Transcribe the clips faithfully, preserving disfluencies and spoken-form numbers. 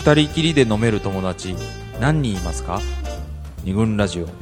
二人きりで飲める友達何人いますか？二軍ラジオ。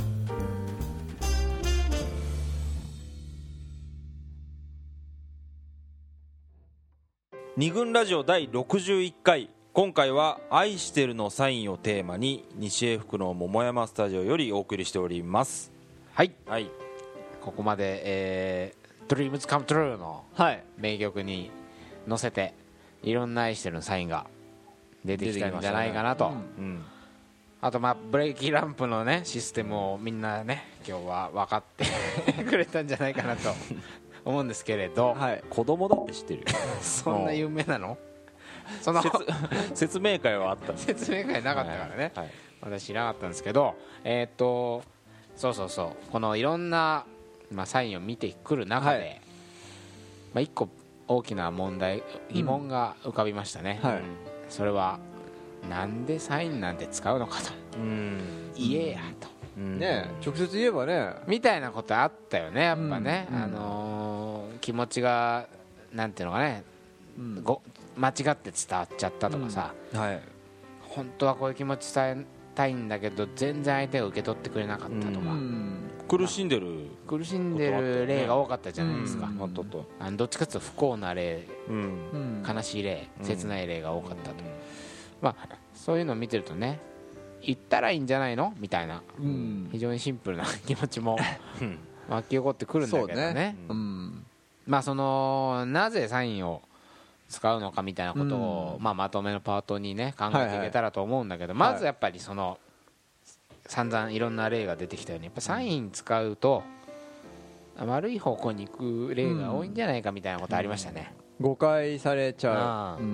二軍ラジオ第ろくじゅういっかい、今回は愛してるのサインをテーマに西英福の桃山スタジオよりお送りしております。 はい、 はい、 ここまで、えー、Dreams Come True の名曲に乗せていろんな愛してるのサインが出てきたんじゃないかなと、ね、うんうん、あとまあブレーキランプのねシステムをみんなね今日は分かってくれたんじゃないかなと思うんですけれど、 はい、子供だって知ってるよそんな有名なの？その説明会はあった説明会なかったからね、はいはい、私知らなかったんですけど、えー、っとそうそうそう、このいろんな、まあ、サインを見てくる中で、はい、まあ、一個大きな問題疑問が浮かびましたね、うん、はい、それはなんでサインなんて使うのかと、うん、言えやと、 うん、ね、直接言えばねみたいなことあったよね、やっぱね、うん、あのー、気持ちがなんていうのかね、うん、ご間違って伝わっちゃったとかさ、うん、はい、本当はこういう気持ち伝えたいんだけど全然相手が受け取ってくれなかったとか、うん、 苦しんでる苦しんでる例が多かったじゃないですか、うん、 うん、 あのどっちかというと不幸な例、うん、悲しい例、切ない例が多かったと、うん、まあ、そういうのを見てるとね、言ったらいいんじゃないのみたいな、うん、非常にシンプルな気持ちも湧き起こってくるんだけど ね, ね、うん、まあそのなぜサインを使うのかみたいなことを、うん、まあ、まとめのパートにね考えていけたらと思うんだけど、はいはい、まずやっぱりその散々いろんな例が出てきたようにやっぱサイン使うと悪い方向に行く例が多いんじゃないかみたいなことありましたね、 うん、誤解されちゃう、うん、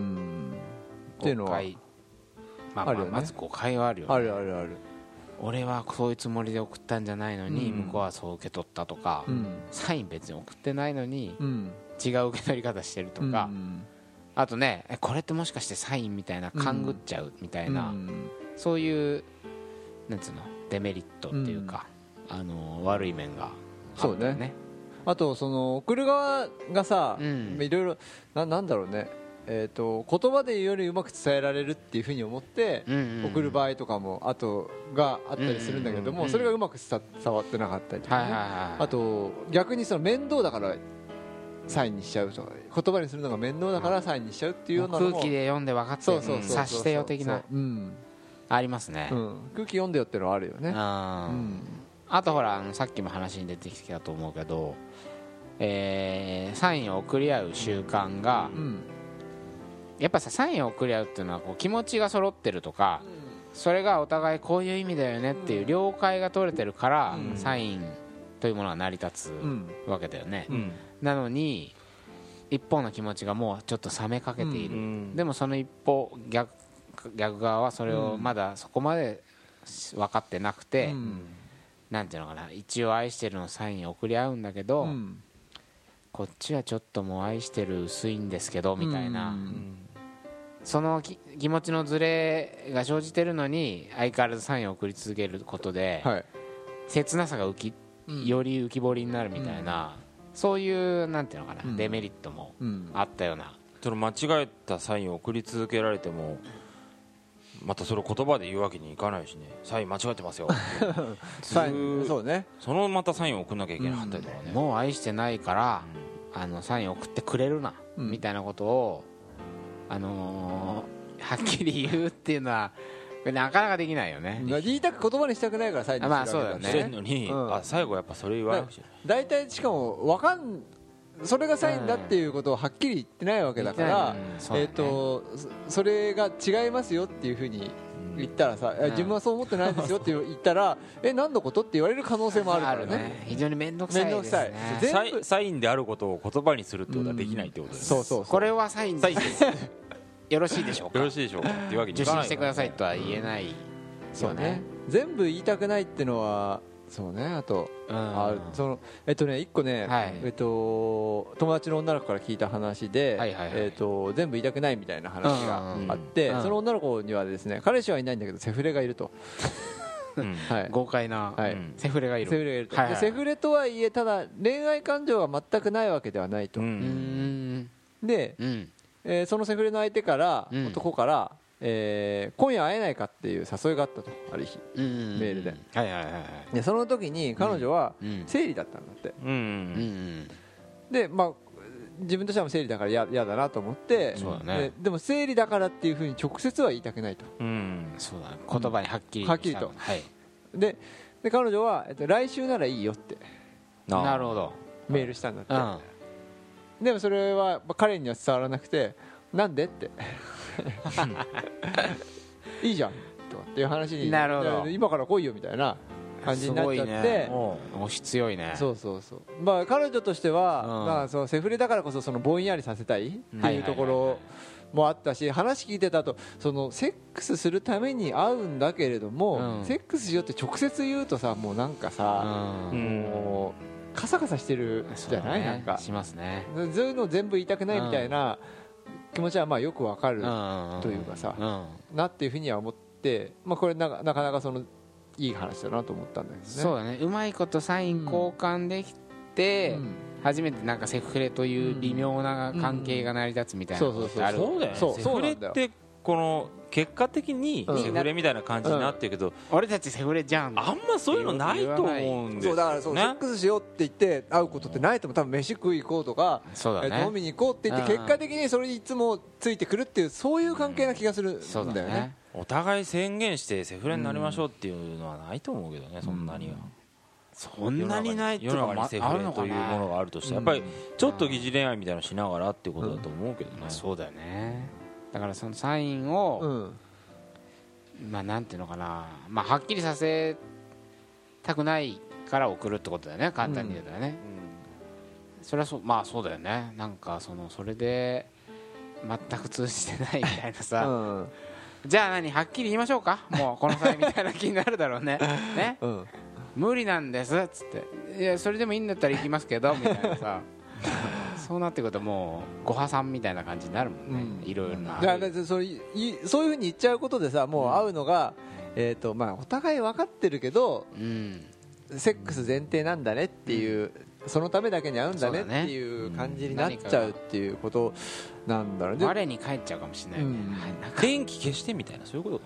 っていうのはまあまあまず誤解はあるよね。 あるあるある。 俺はそういうつもりで送ったんじゃないのに、うん、向こうはそう受け取ったとか、うん、サイン別に送ってないのに、うん、違う受け取り方してるとか、うん、あとね、これってもしかしてサインみたいな勘ぐっちゃうみたいな、うん、そういうなんつうのデメリットっていうか、うん、あの悪い面があったね。そうね。 あとその送る側がさ、うん、いろいろ な, なんだろうね、えー、と言葉で言うよりうまく伝えられるっていうふうに思って送る場合とかもあとがあったりするんだけども、それがうまく伝わってなかったりとかね、あと逆にその面倒だからサインにしちゃうとか、言葉にするのが面倒だからサインにしちゃうっていうようなのも空気で読んで分かって察してよ的なありますね、うん、 空気読んでよっていうのはあるよね。 あ、うん、あとほらあのさっきも話に出てきたと思うけど、えー、サインを送り合う習慣が、うん、やっぱさサインを送り合うっていうのはこう気持ちが揃ってるとか、うん、それがお互いこういう意味だよねっていう了解が取れてるから、うん、サインというものが成り立つわけだよね、うん、なのに一方の気持ちがもうちょっと冷めかけている、うん、でもその一方 逆, 逆側はそれをまだそこまで分かってなくて、うん、なんていうのかな、一応愛してるのサインを送り合うんだけど、うん、こっちはちょっともう愛してる薄いんですけどみたいな、うん、その気持ちのズレが生じてるのに相変わらずサインを送り続けることで、はい、切なさが浮きより浮き彫りになるみたいな、うん、そういうなんていうのかな、うん、デメリットもあったような、 その間違えたサインを送り続けられてもまたそれを言葉で言うわけにいかないしね、サイン間違えてますよサイン、そうね、 そのまたサインを送んなきゃいけなかったりとかね、 うん、もう愛してないから、うん、あのサイン送ってくれるな、うん、みたいなことを、あのー、はっきり言うっていうのはなかなかできないよね。 言いたく言葉にしたくないからサインにしてるわけだね。 してるのに、うん、あ最後やっぱそれ言わなくちゃだいたいしかも分かんそれがサインだっていうことをはっきり言ってないわけだから、うん、えーと、それが違いますよっていうふうに言ったらさ、うん、自分はそう思ってないですよって言ったらえ何のことって言われる可能性もあるからね。あるね、 非常に面倒くさいですね。 サインサインであることを言葉にするってことはできないってことですね、 うん、そうそうそう、これはサインですよろしいでしょうかよろしいでしょうかっていうわけに受信してくださいとは言えない、うん、 そうね、全部言いたくないっていうのはそうね。あと、うん、あそのえっとね一個ね、はい、えっと友達の女の子から聞いた話で、はいはいはい、えっと全部言いたくないみたいな話があって、うん、その女の子にはですね彼氏はいないんだけどセフレがいると、 うんはい、豪快な、はい、セフレがいるセフレがいると、はいはい、でセフレとはいえただ恋愛感情は全くないわけではないと、うん、で、うんえー、そのセフレの相手から、うん、男からえー今夜会えないかっていう誘いがあったと、ある日メールで。 はいはいはいはい。 でその時に彼女はうん生理だったんだって。 うんうんうんでまあ自分としては生理だから嫌だなと思って、 そうだねででも生理だからっていうふうに直接は言いたくないと。 うんそうだね、言葉にはっきりはっきりとはいでで彼女は、えっと、来週ならいいよってああなるほど。 メールしたんだって、 うんでもそれは、まあ彼には伝わらなくて、なんでっていいじゃんとっていう話に、 なるほどで今から来いよみたいな感じになっちゃって、 すごいねおう押し強いね。 そうそうそう、まあ、彼女としては、 うんまあ、そのセフレだからこそそのぼんやりさせたいっていうところもあったし、話聞いてたと、そのセックスするために会うんだけれども、 うんセックスしようって直接言うとさ、もうなんかさ、 うんもうカサカサしてるじゃない、 そうだねなんかしますね。 そういうの全部言いたくないみたいな気持ちはまあよくわかるとというかさうんなっていうふうには思って、まあ、これなかなかなかそのいい話だなと思ったんだけどね。 そうだね、うまいことサイン交換できて、 うん初めてなんかセフレという微妙な関係が成り立つみたいなことってある。 そうだよね。 そうセそうなんだよフレってこの結果的にうんセフレみたいな感じになってるけど、 俺たちセフレじゃん。 あんまそういうのないと思うんですよね。 そうだからそうセックスしようって言って会うことってないと思う。多分飯食い行こうとか、 そうだねえーと飲みに行こうって言ってうん結果的にそれにいつもついてくるっていう、そういう関係な気がするんそうだだよねね。 お互い宣言してセフレになりましょうっていうのはないと思うけどね、そんなには。 そんなにないっていうか世の中にセフレというものがあるとして、やっぱりちょっと疑似恋愛みたいなのしながらっていうことだと思うけどね。 そうだよね。だからそのサインを、 うんまあなんていうのかな、まあはっきりさせたくないから送るってことだよね、簡単に言うとね。それはそう、まあそうだよね。なんかそのそれで全く通じてないみたいなうさ、 んじゃあ何はっきり言いましょうか、もうこの際みたいな気になるだろうね。ね、 うん無理なんですっつって、いやそれでもいいんだったら行きますけどみたいなさそうなってくるともうご破産みたいな感じになるもんね、 うんいろいろな。 だから別にそういそういうふうに言っちゃうことでさ、もう会うのが、えーとまあ、お互い分かってるけどうんセックス前提なんだねっていう、そのためだけに会うんだねっていう感じになっちゃうっていうことなんだろうね。 我に返っちゃうかもしれないよね、 うんはいなんか電気消してみたいな、そういうこと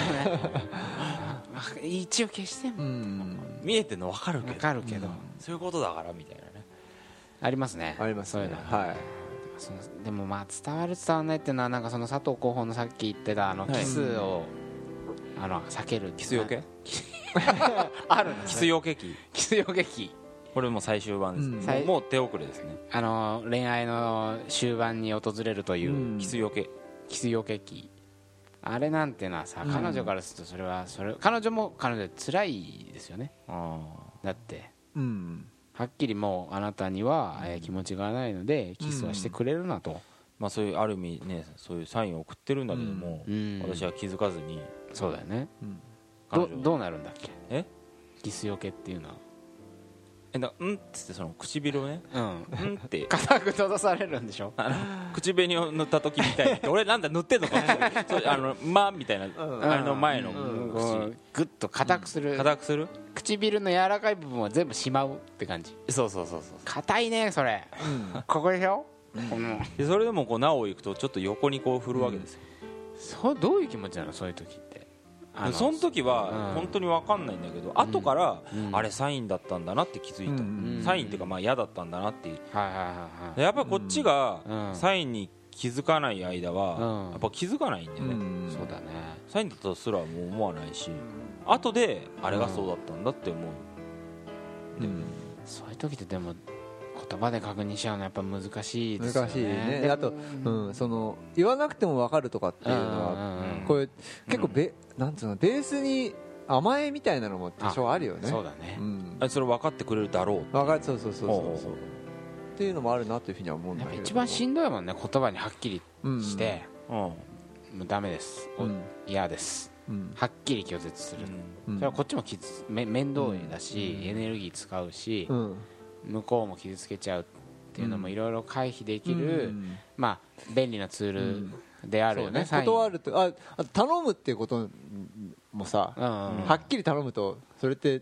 一応消してもうん見えてるの分かるけ分ど、 かるけど、 そういうことだからみたいなね。 ありますね、 ありますねそういうのはい。 そのでもまあ伝わる伝わらないっていうのはなんかその佐藤候補のさっき言ってたあのはいキスを、あの避けるキスよけあるんですねキスよけ機、 キスよけ機、 これも最終版です、 うんもうもう手遅れですね。 あの恋愛の終盤に訪れるという、 うんキスよけ、 キスよけ機、あれなんていうのはさ、 うん彼女からするとそれはそれ彼女も彼女で辛いですよね。 あだってうんはっきりもうあなたには、えー気持ちがないのでキスはしてくれるなと、 まあそういうある意味ね、そういうサインを送ってるんだけども、 うん私は気づかずにそうだよね。 うんど彼女どうなるんだっけ、 えキスよけっていうのは。 えなうんっつってその唇をねうんうんって固く閉ざされるんでしょ。 あの口紅を塗った時みたいに俺なんだ塗ってんのかそれあのまみたいな、あれの前のうん口こうグッと固くする、 硬くする、 唇の柔らかい部分を全部しまうって感じ。 そうそうそうそう硬いねそれ、ここでしょ、このでそれでもこうなおいくとちょっと横にこう振るわけですよ、 そうどういう気持ちなのそういう時って。あでその時はうん本当に分かんないんだけど、後からうんあれサインだったんだなって気づいた、 うんサインっていうかまあ嫌だったんだなっていう、 はいはいはいはいでやっぱりこっちがうんサインに気づかない間うんはやっぱ気づかないんだよね、 うんそうだね。 サインだとすらもう思わないし、後であれがそうだったんだって思う、 うんそういう時ってでも言葉で確認しちゃうのはやっぱ難しいですよね。 難しいね。 であと、うん、その言わなくても分かるとかっていうのは、 うんこれ結構ベ、なんつうのベースに甘えみたいなのも多少あるよね。 そうだね、 うんあそれ分かってくれるだろう、 分かる、そうそうそうそうほうほうほうっていうのもあるなというふうには思うんだやっぱけど。 一番しんどいもんね、言葉にはっきりして、 うんもうダメです、おうん嫌です、 うんはっきり拒絶する、 うんそれはこっちも傷つめ面倒だし、 うんエネルギー使うし、 うん向こうも傷つけちゃうっていうのもいろいろ回避できる、 うんまあ便利なツールであるよね、 そうねサイン断ると、ああと頼むっていうこともさ、 うんうんはっきり頼むとそれって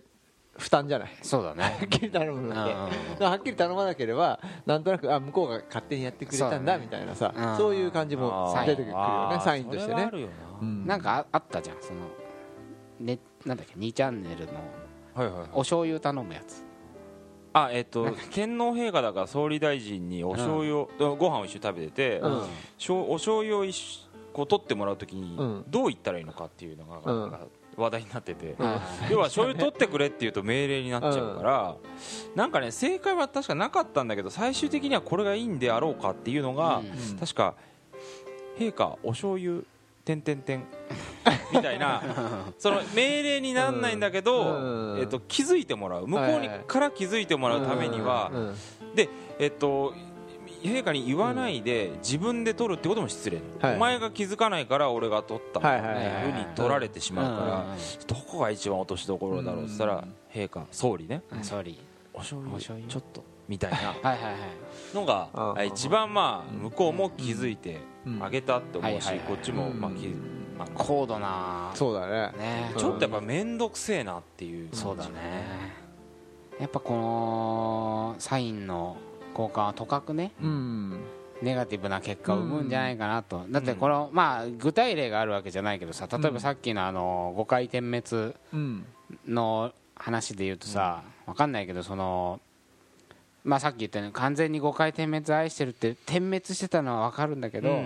負担じゃない。 そうだねはっきり頼むのってだからはっきり頼まなければなんとなくあ向こうが勝手にやってくれたんだみたいなさ、そういう感じも出てくるよね、サインとしてね。 なんかあったじゃん、そのね、なんだっけにチャンネルのはいはいはい、 お醤油頼むやつ。 あえっと天皇陛下だから総理大臣にお醤油を、うん、ご飯を一緒に食べてて、うん、お醤油を一緒こう取ってもらうときにどう言ったらいいのかっていうのが、うん、話題になってて、うん、要は醤油取ってくれって言うと命令になっちゃうから、うん、なんかね正解は確かなかったんだけど最終的にはこれがいいんであろうかっていうのが、うん、確か陛下お醤油点点点みたいなその命令にならないんだけど、えっと、気づいてもらう向こうにから気づいてもらうためにはで、えっと、陛下に言わないで自分で取るってことも失礼、はい、お前が気づかないから俺が取ったっていうふうに取られてしまうからどこが一番落としどころだろうって言ったら陛下総理ね総理お醤油ちょっとみたいなのが一番まあ向こうも気づいてあげたって思うしこっちもまあ気づ高度なそうだ ね, ねちょっとやっぱ面倒くせえなっていうそうだねやっぱこのサインの交換はとかくね、うん、ネガティブな結果を生むんじゃないかなと、うん、だってこの、まあ、具体例があるわけじゃないけどさ例えばさっきのあの誤解点滅の話で言うとさ、うん、分かんないけどそのまあさっき言ったように完全に誤解点滅愛してるって点滅してたのは分かるんだけど、うん、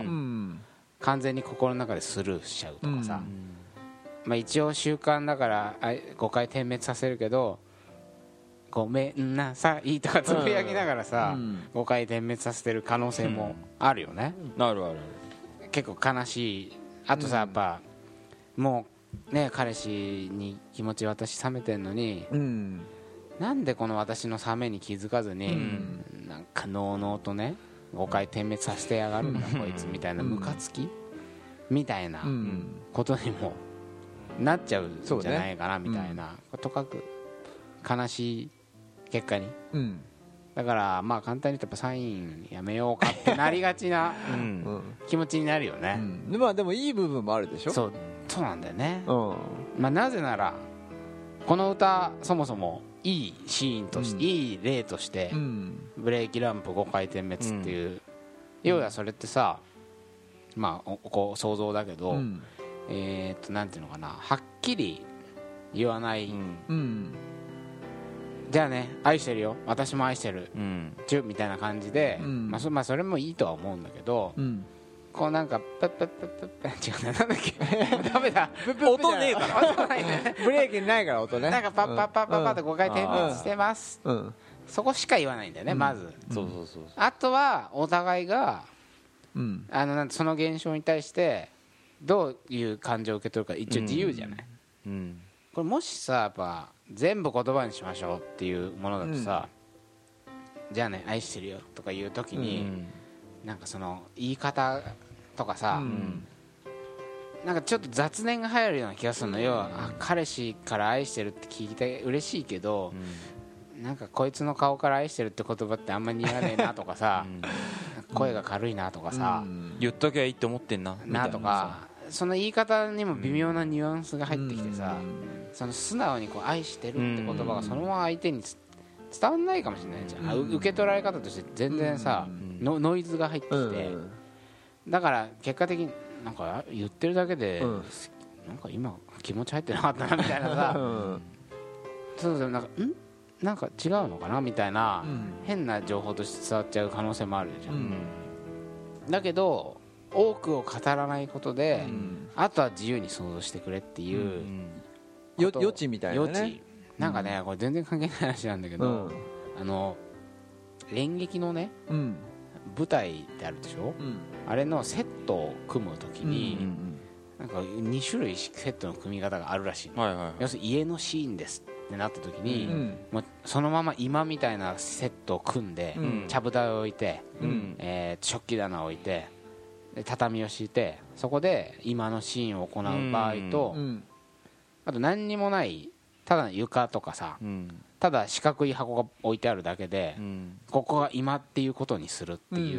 完全に心の中でスルーしちゃうとかさ、うんまあ、一応習慣だから誤解点滅させるけどごめんなさいとかつぶやきながらさ、うん、誤解点滅させてる可能性もあるよね、 うん、あるある結構悲しいあとさ、やっぱもうね彼氏に気持ち私冷めてんのに、うん、なんでこの私の冷めに気づかずに、うん、なんかのうのうとね誤解点滅させてやがるんだ、うん、こいつみたいなムカつき、うん、みたいなことにもなっちゃうんじゃないかなみたいな、うん、とかく悲しい結果に、うん、だからまあ簡単に言うとやっぱサインやめようかってなりがちな気持ちになるよね、 うん、まあでもいい部分もあるでしょそう、そうなんだよね、うんまあ、なぜならこの歌そもそもいいシーンとして、うん、いい例として、うん、ブレーキランプごかい点滅っていう、うん、要はそれってさまあこう想像だけど、うん、えー、っとなんていうのかなはっきり言わない、うんうんじゃあね愛してるよ私も愛してる、うん、チュみたいな感じで、うんまあ、そまあそれもいいとは思うんだけど、うん、こうなんかプップップップップッ違うななんだっけダメだ音ねえから音ないねブレーキないから音ねなんかパッパッパッパッパッとごかい点滅してます、うん、そこしか言わないんだよね、うん、まず、うん、そうそうそうあとはお互いが、うん、あのなんその現象に対してどういう感情を受け取るか一応自由じゃない、うんうん、これもしさやっぱ全部言葉にしましょうっていうものだとさ、うん、じゃあね愛してるよとか言うときに、うん、なんかその言い方とかさ、うん、なんかちょっと雑念が入るような気がするのよ、あ彼氏から愛してるって聞いて嬉しいけど、うん、なんかこいつの顔から愛してるって言葉ってあんまり似合わねえなとかさ、うん、声が軽いなとかさ、うん、 言っときゃいいって思ってんななとかその言い方にも微妙なニュアンスが入ってきてさ、うんその素直にこう愛してるって言葉がそのまま相手に伝わんないかもしれないじゃん、うん、受け取られ方として全然さ、うん、ノ, ノイズが入ってきて、うん、だから結果的になんか言ってるだけで、うん、なんか今気持ち入ってなかったなみたいなさ、うん、そうそうなんかんなんか違うのかなみたいな、うん、変な情報として伝わっちゃう可能性もあるじゃん、うん、だけど多くを語らないことで、うん、あとは自由に想像してくれっていう、うんよ余地みたいなね余地なんかね、うん、これ全然関係ない話なんだけど、うん、あの演劇のね、うん、舞台ってあるでしょ、うん、あれのセットを組むときに、うんうんうん、なんかに種類セットの組み方があるらしいの、はいはいはい、要するに家のシーンですってなったときに、うん、もうそのまま今みたいなセットを組んで、うん、ちゃぶ台を置いて、うんえー、食器棚を置いてで畳を敷いてそこで今のシーンを行う場合と、うんうんあと何にもないただ床とかさ、うん、ただ四角い箱が置いてあるだけで、うん、ここが今っていうことにするっていう、うん、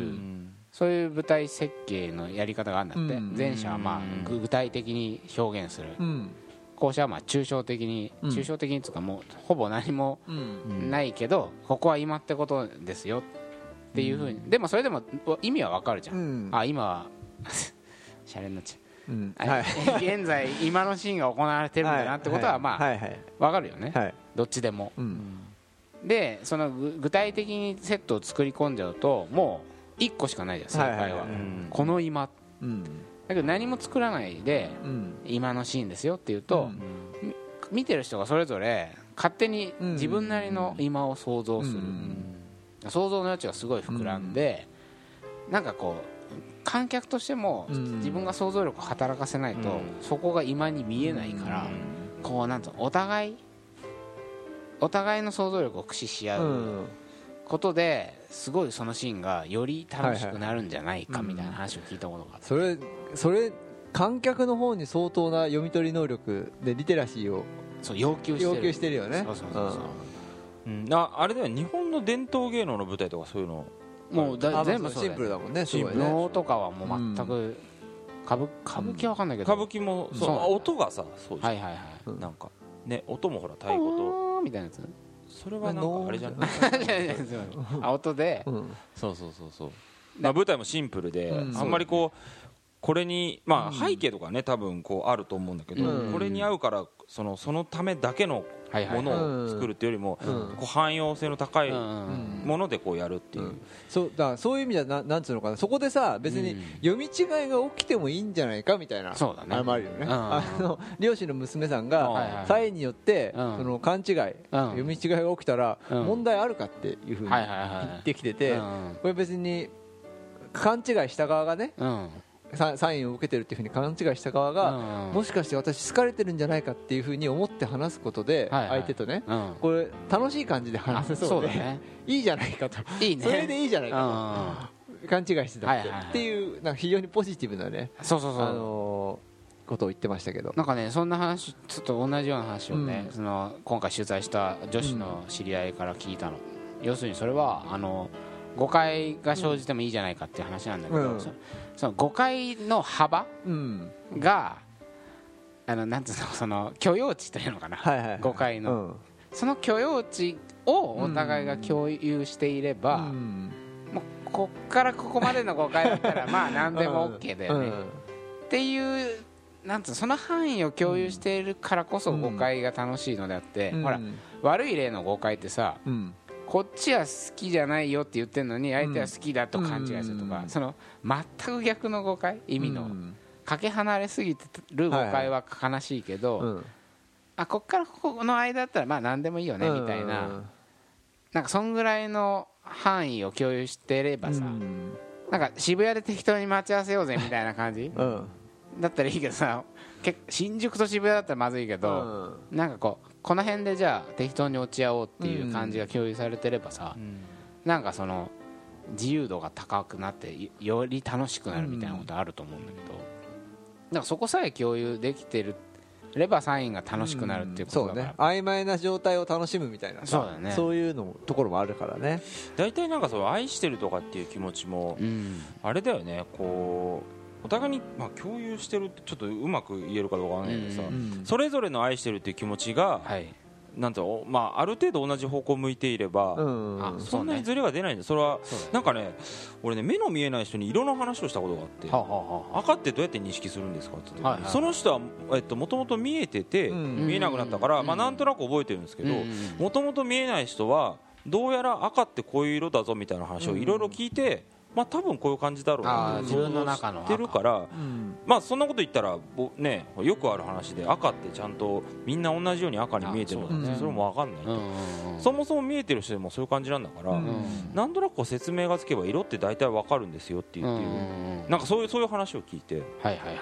そういう舞台設計のやり方があるんだって、うん、前者はまあ、うん、具体的に表現する、うん、 校舎はまあ抽象的に、うん、抽象的にというかもうほぼ何もないけど、うん、ここは今ってことですよっていうふうに、うん、でもそれでも意味はわかるじゃん、うん、あ今はシャレになっちゃう、うんはい、現在今のシーンが行われてるんだなってことはまあわかるよね、はい、どっちでも、うん、でその具体的にセットを作り込んじゃうともういっこしかないじゃん正解は、はいはいはい、この今、うん、だけど何も作らないで、うん、今のシーンですよっていうと、うん、見てる人がそれぞれ勝手に自分なりの今を想像する、うんうん、想像の余地がすごい膨らんで、うん、なんかこう観客としても自分が想像力を働かせないと、うん、そこが今に見えないから、うん、こうなんとお互いお互いの想像力を駆使し合うことですごいそのシーンがより楽しくなるんじゃないかみたいな話を聞いたことがあった、 それそれ観客の方に相当な読み取り能力でリテラシーをそう要求してる要求してるよね。 そうそうそうそう、 うん、あ, あれだよ日本の伝統芸能の舞台とかそういうのもうだ全部シンプルだもんね。 シンプル能とかはもう全く、うん、歌舞歌舞伎は分かんないけど、 歌舞伎もそうそう音がさそうじゃん、はいはいはい、なんかね音もほら太鼓とみたいなやつそれはなんかあれじゃないあ音で、 うん、そうそうそうそう、まあ、舞台もシンプルで、うん、あんまりこうこれにまあ背景とかね多分こうあると思うんだけど、うん、これに合うからそのそのためだけのものを作るっていうよりも、こう汎用性の高いものでこうやるっていう、うん、 そうだからそういう意味ではななんつうのかな、そこでさ別に読み違いが起きてもいいんじゃないかみたいな、 そうだね、 あれもあるよね、あの漁師の娘さんがサインによってその勘違い、読み違いが起きたら問題あるかっていうふうに言ってきてて、これ別に勘違いした側がね、サインを受けてるっていうふうに勘違いした側が、もしかして私好かれてるんじゃないかっていうふうに思って話すことで、相手とね、これ楽しい感じで話せそうでいいじゃないかと、それでいいじゃないかと、勘違いしてたってっていうなんか非常にポジティブなね、 そうそうそう、 あのことを言ってましたけど、 なんかねそんな話ちょっと同じような話をね、その今回取材した女子の知り合いから聞いたの。要するにそれはあの誤解が生じてもいいじゃないかっていう話なんだけど、うん、そ, その誤解の幅が、うん、あのなんていうの、その許容値というのかな、はいはいはい、誤解の、うん、その許容値をお互いが共有していれば、うん、もうこっからここまでの誤解だったらまあ何でも OK だよね、うん、っていうなんていうの、その範囲を共有しているからこそ誤解が楽しいのであって、うん、ほら悪い例の誤解ってさ、うんこっちは好きじゃないよって言ってるのに相手は好きだと勘違いするとか、うん、その全く逆の誤解、意味の、うん、かけ離れすぎてる誤解は悲しいけど、はいはい、あこっからここの間だったらまあ何でもいいよねみたいな、うん、なんかそんぐらいの範囲を共有してればさ、うん、なんか渋谷で適当に待ち合わせようぜみたいな感じ、うん、だったらいいけどさ、新宿と渋谷だったらまずいけど、うん、なんかこうこの辺でじゃあ適当に落ち合おうっていう感じが共有されてればさ、うん、なんかその自由度が高くなってより楽しくなるみたいなことあると思うんだけど、だからそこさえ共有できてるればサインが楽しくなるっていうことだから、うん、そうね、曖昧な状態を楽しむみたいな、 そうだね、 そういうのところもあるからね。 大体なんかその愛してるとかっていう気持ちも、うん、あれだよね、こうお互いにまあ共有してるってちょっとうまく言えるかどうかわからないけどさ、うん、それぞれの愛してるっていう気持ちが、はい、なんていうの、まあ、ある程度同じ方向を向いていれば、うん、そんなにズレが出ないんだ。それはなんかね、俺ね目の見えない人に色の話をしたことがあって、ははは赤ってどうやって認識するんですかって言って、はいはい、その人はもともと見えてて、うん、見えなくなったから、まあ、なんとなく覚えてるんですけど、もともと見えない人はどうやら赤ってこういう色だぞみたいな話をいろいろ聞いて、まあ、多分こういう感じだろうなって想像してるから、うん、まあそんなこと言ったらね、よくある話で赤ってちゃんとみんな同じように赤に見えてるのかって、それも分かんないと、うん、そもそも見えてる人でもそういう感じなんだから、うん、なんとなく説明がつけば色って大体分かるんですよっていう、うん、なんかそういうそういう話を聞いて、はいはいはいはい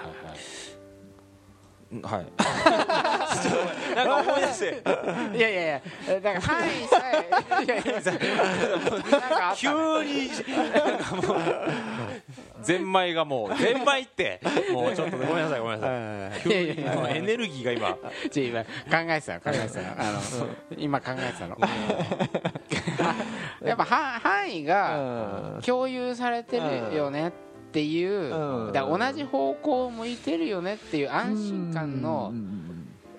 はい、なんか思い出していやいやいや、だから範囲さえいやいやなんか急になんかもうゼンマイがもうゼンマイってもうちょっとごめんなさいごめんなさい、急にエネルギーが今ち今考えてたの考えてたのあの今考えてたのやっぱ範囲が共有されてるよねっていう、だから同じ方向を向いてるよねっていう安心感の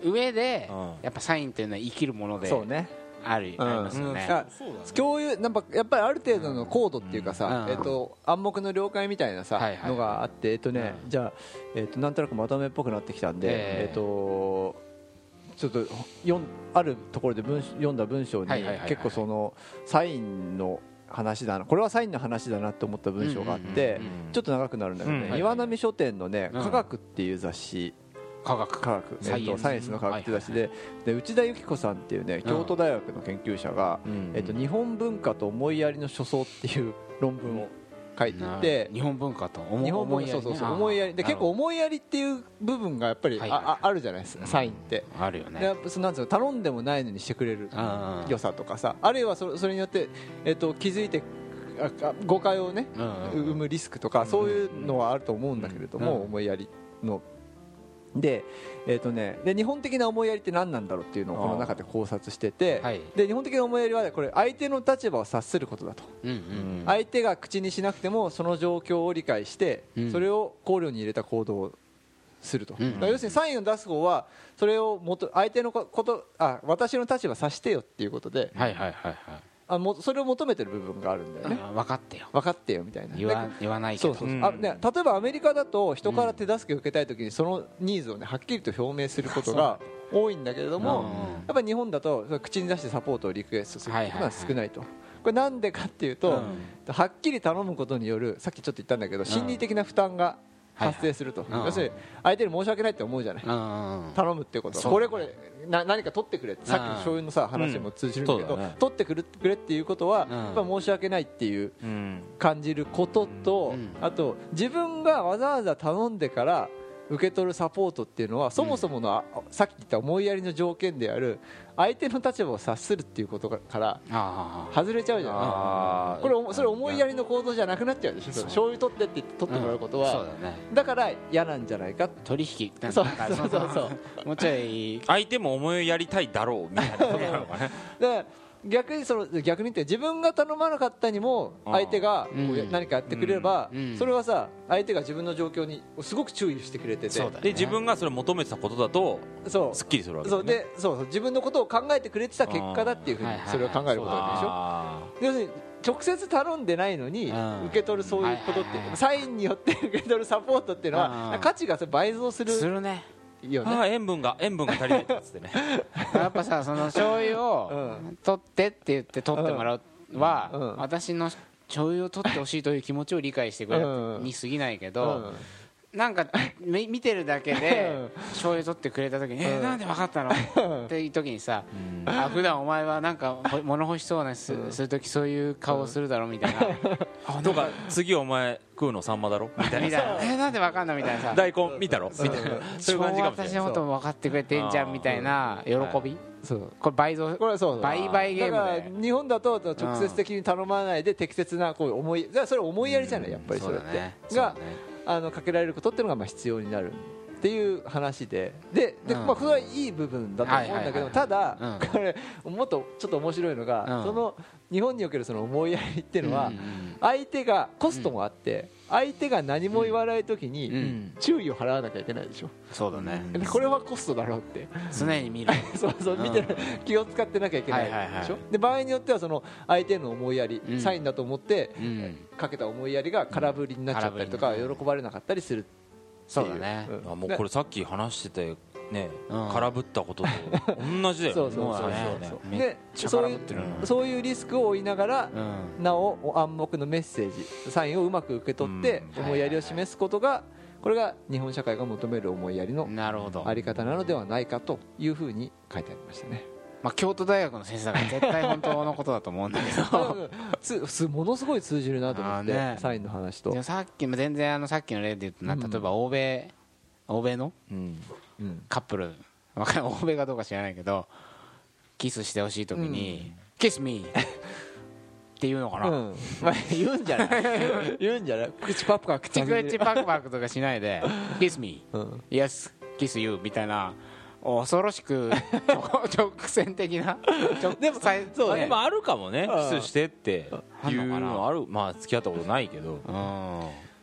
上でやっぱサインっていうのは生きるものでそうねある、うん、ありますよね。 共有なんかやっぱりある程度のコードっていうかさ、うん、えっと暗黙の了解みたいなさ、はいはい、のがあってえっとね、うん、じゃあえっとなんとなくまとめっぽくなってきたんで、えー、えっとちょっと読んあるところで文読んだ文章に結構そのサインの話だなこれはサインの話だなと思った文章があってちょっと長くなるんだけどね、岩波書店のね科学っていう雑誌科学科学サイエンス、サイエンスの科学っていう雑誌で、で内田由紀子さんっていうね京都大学の研究者が、えっと日本文化と思いやりの書相っていう論文を書いていて、 日本文化と日本文化そうそうそう思いやりで結構思いやりっていう部分がやっぱりああるじゃないですかサインってあるよね。 でなんつうの頼んでもないのにしてくれる良さとかさ、あるいはそれそれによってえっと気づいて誤解をね生むリスクとかそういうのはあると思うんだけれども思いやりのでえーとね、で日本的な思いやりって何なんだろうっていうのをこの中で考察してて、はい、で日本的な思いやりはこれ相手の立場を察することだと、うんうんうん、相手が口にしなくてもその状況を理解して、うん、それを考慮に入れた行動をすると、うんうん、要するにサインを出す方はそれをもと相手のことあ私の立場察してよっていうことで、はいはいはいはいあもそれを求めてる部分があるんだよね。 分かってよ分かってよみたいな言わ, 言わないけどそうそうそう、うん、あね、例えばアメリカだと人から手助けを受けたいときにそのニーズを、ね、はっきりと表明することが多いんだけれども、うん、やっぱり日本だと口に出してサポートをリクエストすることが少ないと、これなんでかっていうと、うん、はっきり頼むことによるさっきちょっと言ったんだけど心理的な負担が発生すると、はいはい、要するに相手に申し訳ないって思うじゃない、頼むっていうことこれこれな何か取ってくれってさっきの醤油のさ話も通じるんだけど、うんね、取ってくれっていうことは、うん、やっぱ申し訳ないっていう感じることと、うん、あと自分がわざわざ頼んでから受け取るサポートっていうのはそもそもの、うん、さっき言った思いやりの条件である相手の立場を察するっていうことから外れちゃうじゃない。これそれ思いやりの行動じゃなくなっちゃうでしょ。醤油取ってって取ってもらうことは、うん だね、だから嫌なんじゃないか。 取引そうそうそうそうもうちょい相手も思いやりたいだろうみたいなことなのかね。 だから逆にその逆に言って自分が頼まなかったにも相手が何かやってくれればそれはさ相手が自分の状況にすごく注意してくれてて、 ね、で自分がそれを求めてたことだとすっきりするわけですね。 そうでそうそう自分のことを考えてくれてた結果だっていうふうにそれを考えることなんでしょ。要するに直接頼んでないのに受け取るそういうことってサインによって受け取るサポートっていうのは価値が倍増する。 するね。 いいよね、 あ塩分が塩分が足りないってってねやっぱさその醤油を取ってって言って取ってもらうは、うんうん、私の醤油を取ってほしいという気持ちを理解してくれるに過ぎないけど、うん、なんか見てるだけで醤油取ってくれた時に、うん、えー、なんで分かったのっていう時にさ、うん、あ普段お前はなんか物欲しそうなする時そういう顔をするだろみたいな、 うん、とか次お前食うのサンマだろみたいなえー、なんで分かんのみたいなさ大根見たろみたいなそういう感じかもしれない。 私のことも分かってくれてんじゃんみたいな喜び、そうこれ倍増これそう倍倍ゲームでだから日本だと直接的に頼まないで適切なこう思いそれ思いやりじゃないやっぱりそれって、うん、が、ね、あのかけられることっていうのがまあ必要になるっていう話ででで、まあ、これはいい部分だと思うんだけど、ただ、うん、これもっとちょっと面白いのが、うん、その日本におけるその思いやりっていうのは、うんうん、相手がコストもあって、うん、相手が何も言わないときに注意を払わなきゃいけないでしょ。 そうだね。 これはコストだろうって常に見るそうそう見てる、うん、気を使ってなきゃいけないでしょ、はいはいはい、で場合によってはその相手の思いやり、うん、サインだと思って、うん、かけた思いやりが空振りになっちゃったりとか、うん、喜ばれなかったりする。 そうだね、 うん、あもうこれさっき話しててね、うん、空振ったことと同じだよね。そうそうそうそうでそういうそういうリスクを負いながら、うん、なお暗黙のメッセージサインをうまく受け取って思いやりを示すことが、これが日本社会が求める思いやりのあり方なのではないかというふうに書いてありましたね。 まあ、京都大学の先生だから絶対本当のことだと思うんだけどつものすごい通じるなと思って、ね、サインの話とさっきも全然あのさっきの例で言うとな、例えば欧米欧米のカップル、わかんない欧米かどうか知らないけどキスしてほしいときに、うん、キスミーって言うのかな、うんまあ、言うんじゃない言うんじゃない口パクパク口口パクパクとかしないでキスミー、うん、イエスキスユーみたいな恐ろしく直線的なでもそう、ね、でもあるかもね、キスしてっていうのある、まあ付き合ったことないけど、うん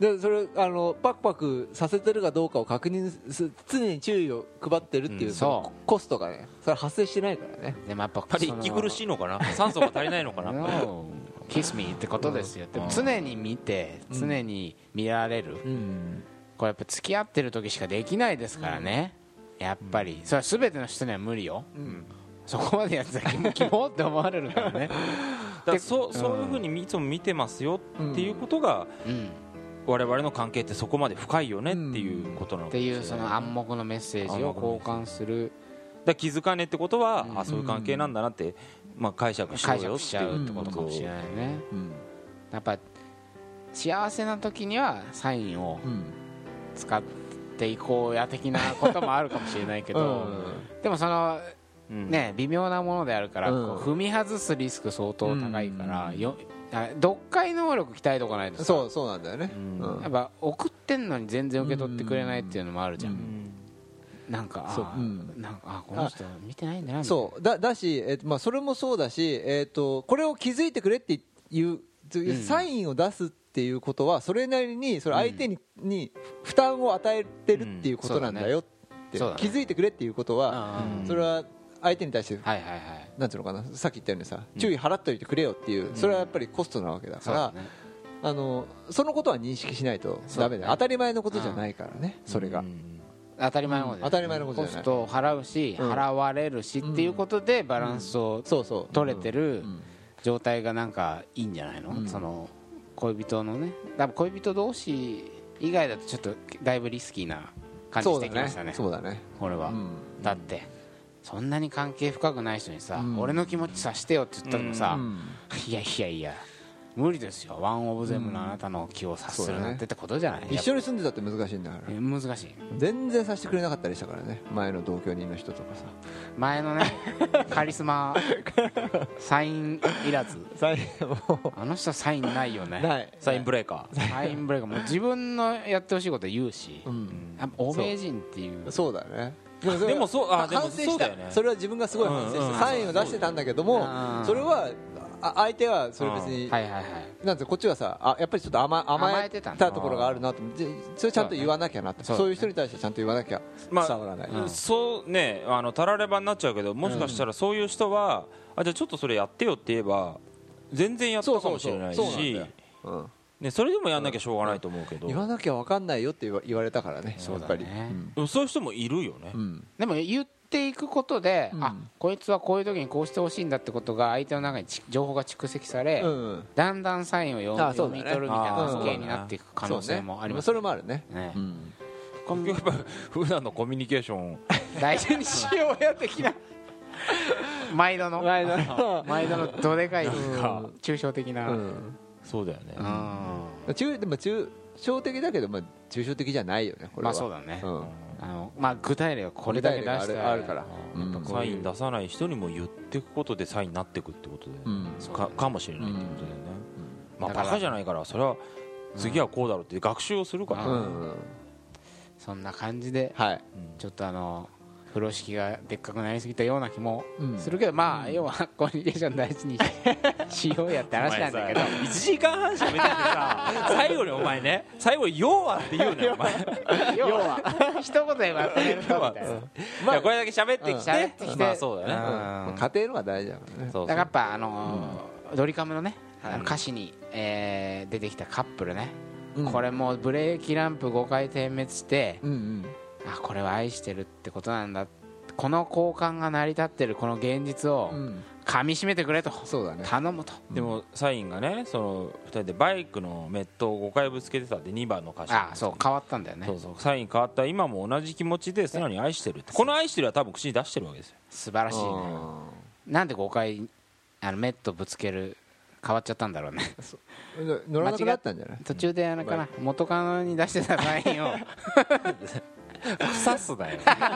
でそれあのパクパクさせてるかどうかを確認す常に注意を配ってるっていう、 うん、 そのコストがねそれ発生してないからね。 でもやっぱやっぱり息苦しいのかな酸素が足りないのかなキスミーってことですよ、うん、でも常に見て常に見られる、うん、これやっぱ付き合ってる時しかできないですからね、うん、やっぱりそれは全ての人には無理よ、うん、そこまでやってたらキモって思われるからねだからそ、うん、そういうふうにいつも見てますよっていうことが、うん、我々の関係ってそこまで深いよねっていうことなのかもしれない、 っていうその暗黙のメッセージを交換する。 だ気づかねってことは、うん、あそういう関係なんだなって、 うんまあ、解釈しようよ解釈しちゃうってことかもしれないね、うん、やっぱ幸せな時にはサインを使っていこうや的なこともあるかもしれないけど、うん、でもそのね微妙なものであるから、うん、こう踏み外すリスク相当高いから、うん、よ読解能力鍛えとかないとさそうそうなんだよね、 うん、やっぱ送ってんのに全然受け取ってくれないっていうのもあるじゃん、うん、なんかあ、うん、なんかあこの人見てないんだなそうだだし、えーとまあ、それもそうだし、えーとこれを気づいてくれっていう、うん、サインを出すっていうことはそれなりにそれ相手に、うん、に負担を与えてるっていうことなんだよって、うんね、気づいてくれっていうことは、うん、それは相手に対して、はいはいはい、なんていうのかなさっき言ったようにさ、うん、注意払っておいてくれよっていうそれはやっぱりコストなわけだから、うんね、あのそのことは認識しないとダメだ、ね、当たり前のことじゃないからね、うん、それが、うん、 当たり前のことじゃない、 当たり前のことじゃないコストを払うし、うん、払われるしっていうことでバランスを取れてる状態がなんかいいんじゃないの、うん、その恋人のね多分恋人同士以外だとちょっとだいぶリスキーな感じしてきましたね、 そうだね、そうだねこれは、うん、だってそんなに関係深くない人にさ、うん、俺の気持ち察してよって言ったのもさ、うん、いやいやいや無理ですよワンオブゼムのあなたの気を察するなんてってことじゃない、うんね、 一緒に住んでたって難しいんだから、 難しい全然させてくれなかったりしたからね前の同居人の人とかさ前のねカリスマサインいらずサインあの人サインないよねないサインブレーカーサインブレーカーもう自分のやってほしいこと言うし、うん、欧米人っていうそうだねでもそうあでもそうだよねそれは自分がすごい反省してサインを出してたんだけどもそれは相手はそれ別になんてこっちはさあやっぱりちょっと甘甘えたところがあるなと思ってそれちゃんと言わなきゃなってそういう人に対してちゃんと言わなきゃ伝わらないそうねあのたらればになっちゃうけどもしかしたらそういう人はあじゃあちょっとそれやってよって言えば全然やったかもしれないしね、それでもやんなきゃしょうがないと思うけど言わなきゃ分かんないよって言われたからねそうだねやっぱり、 うん、そういう人もいるよね、うん、 でも言っていくことで、うん、あこいつはこういう時にこうしてほしいんだってことが相手の中に情報が蓄積され、うん、だんだんサインを読 み,、ね、読み取るみたいな関係になっていく可能性もあります、ね、 それもあるね、 ね、うん、 やっぱ普段のコミュニケーション大事にしようや的な毎度の毎度の毎度のどでかい抽象的な、うん、 そうだよね、 うん、中でも抽象的だけど、まあ、抽象的じゃないよねこれは、 まあそうだね、うん、あのまあ、具体例はこれだけ出してあるから、 うん、サイン出さない人にも言っていくことでサインになっていくってことで、うん、か, かもしれないってことだよね、うん、まあバカじゃないからそれは次はこうだろうって学習をするから、ね、うん、 そんな感じで、 はい、 ちょっとあの風呂敷がでっかくなりすぎたような気もするけど、うん、まあ要はコミュニケーション大事にしようやって話なんだけどいちじかんはんしゃべっててさ最後にお前ね最後に要はって言うのよお前要は一言でまとめるとみたいな、 まあ、これだけ喋ってきて、 うん、 まあそうだね、 うん、家庭のが大事だからねだからやっぱあのー、ドリカムのねあの歌詞に、えー、出てきたカップルね、うん、これもうブレーキランプごかい点滅して、うんうん、あこれは愛してるってことなんだこの交換が成り立ってるこの現実を噛み締めてくれと、うん、そうだね、頼むと。 でもサインがねそのふたりでバイクのメットをごかいぶつけてたってにばんの歌詞ああそう変わったんだよねそうそうサイン変わった今も同じ気持ちで素直に愛してるってこの愛してるは多分口に出してるわけですよ素晴らしいねなんでごかいあのメットぶつける変わっちゃったんだろうね乗らなくなったんじゃない途中であのかな元カノに出してたサインを腐すだよ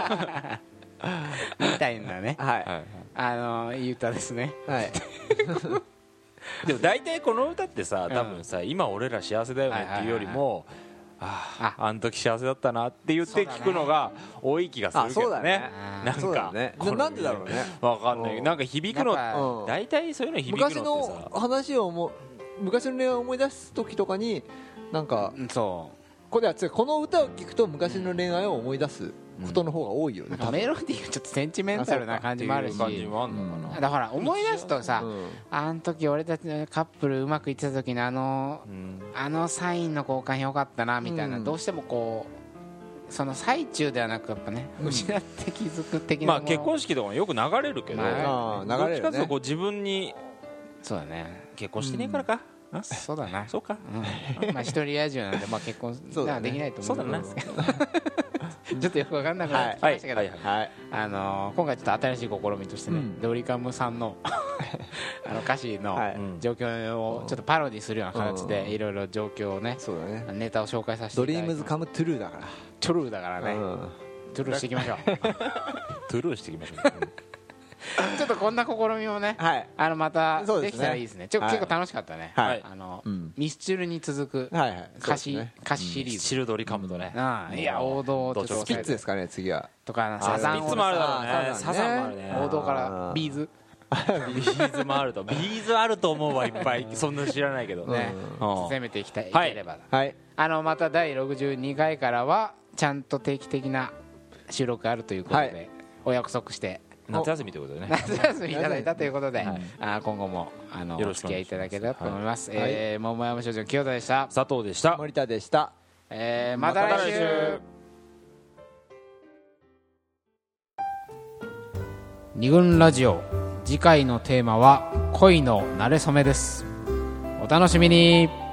みたいなね、 はい、 あのいい歌ですね、 はい、 でも大体この歌ってさ多分さ、うん、今俺ら幸せだよねっていうよりも、あああの時幸せだったなって言って聞くのが多い気がするけどねなんかねなんでだろうね分かんないなんか響くの大体そういうの響くのってさ昔の話をも昔の恋愛を思い出す時とかになんかそうこれはこの歌を聴くと昔の恋愛を思い出すことの方が多いよね、 うん、メロディーがちょっとセンチメンタルな感じもあるし、だから思い出すとさ、うん、あの時俺たちのカップルうまくいってた時のあの、うん、あのサインの交換よかったなみたいな、うん、どうしてもこうその最中ではなくやっぱね、うん、失って気づく的な、 まあ結婚式とかもよく流れるけど、 まあ、流れるね、 どっちかというとこう自分にそうだね結婚してねえからか、 うん、そうだな、 そうか、 うん、まあ一人野獣なんで、まあ、結婚はできないと思うんですけどちょっとよく分かんなくなってきましたけど、はいはいはい、あのー、今回ちょっと新しい試みとしてね、うん、ドリカムさんのあの歌詞の状況をちょっとパロディするような形でいろいろ状況をね、 そうだね、 ネタを紹介させていただいて、 ドリームズカムトゥルーだからトゥルーだからね、うん、トゥルーしていきましょうトゥルーしていきましょうちょっとこんな試みもね、はい、あのまたできたらいいですね。ちょ、はい、結構楽しかったね、はい、あのうん、ミスチルに続く歌詞、はいはい、歌詞シリーズ、 ミスチルドリカムとね、 うん、いや王道ちょっとスピッツですかね次はとかサザンスピッツもあるだろうね、サザンもあるね、 王道からビーズビーズもあるとビーズあると思うわ、いっぱいそんな知らないけどね、 うん、攻めていきたい、はい、いければ、はい、あのまただいろくじゅうにかいからはちゃんと定期的な収録あるということで、はい、お約束して夏休みということでね、 夏休みいただいたということで、はい、あ今後もあのお付き合いいただければと思います。はい、えー、桃山少女の清田でした、 佐藤でした、 森田でした、 えー、また来週。二軍ラジオ、次回のテーマは恋の馴れ初めです。お楽しみに。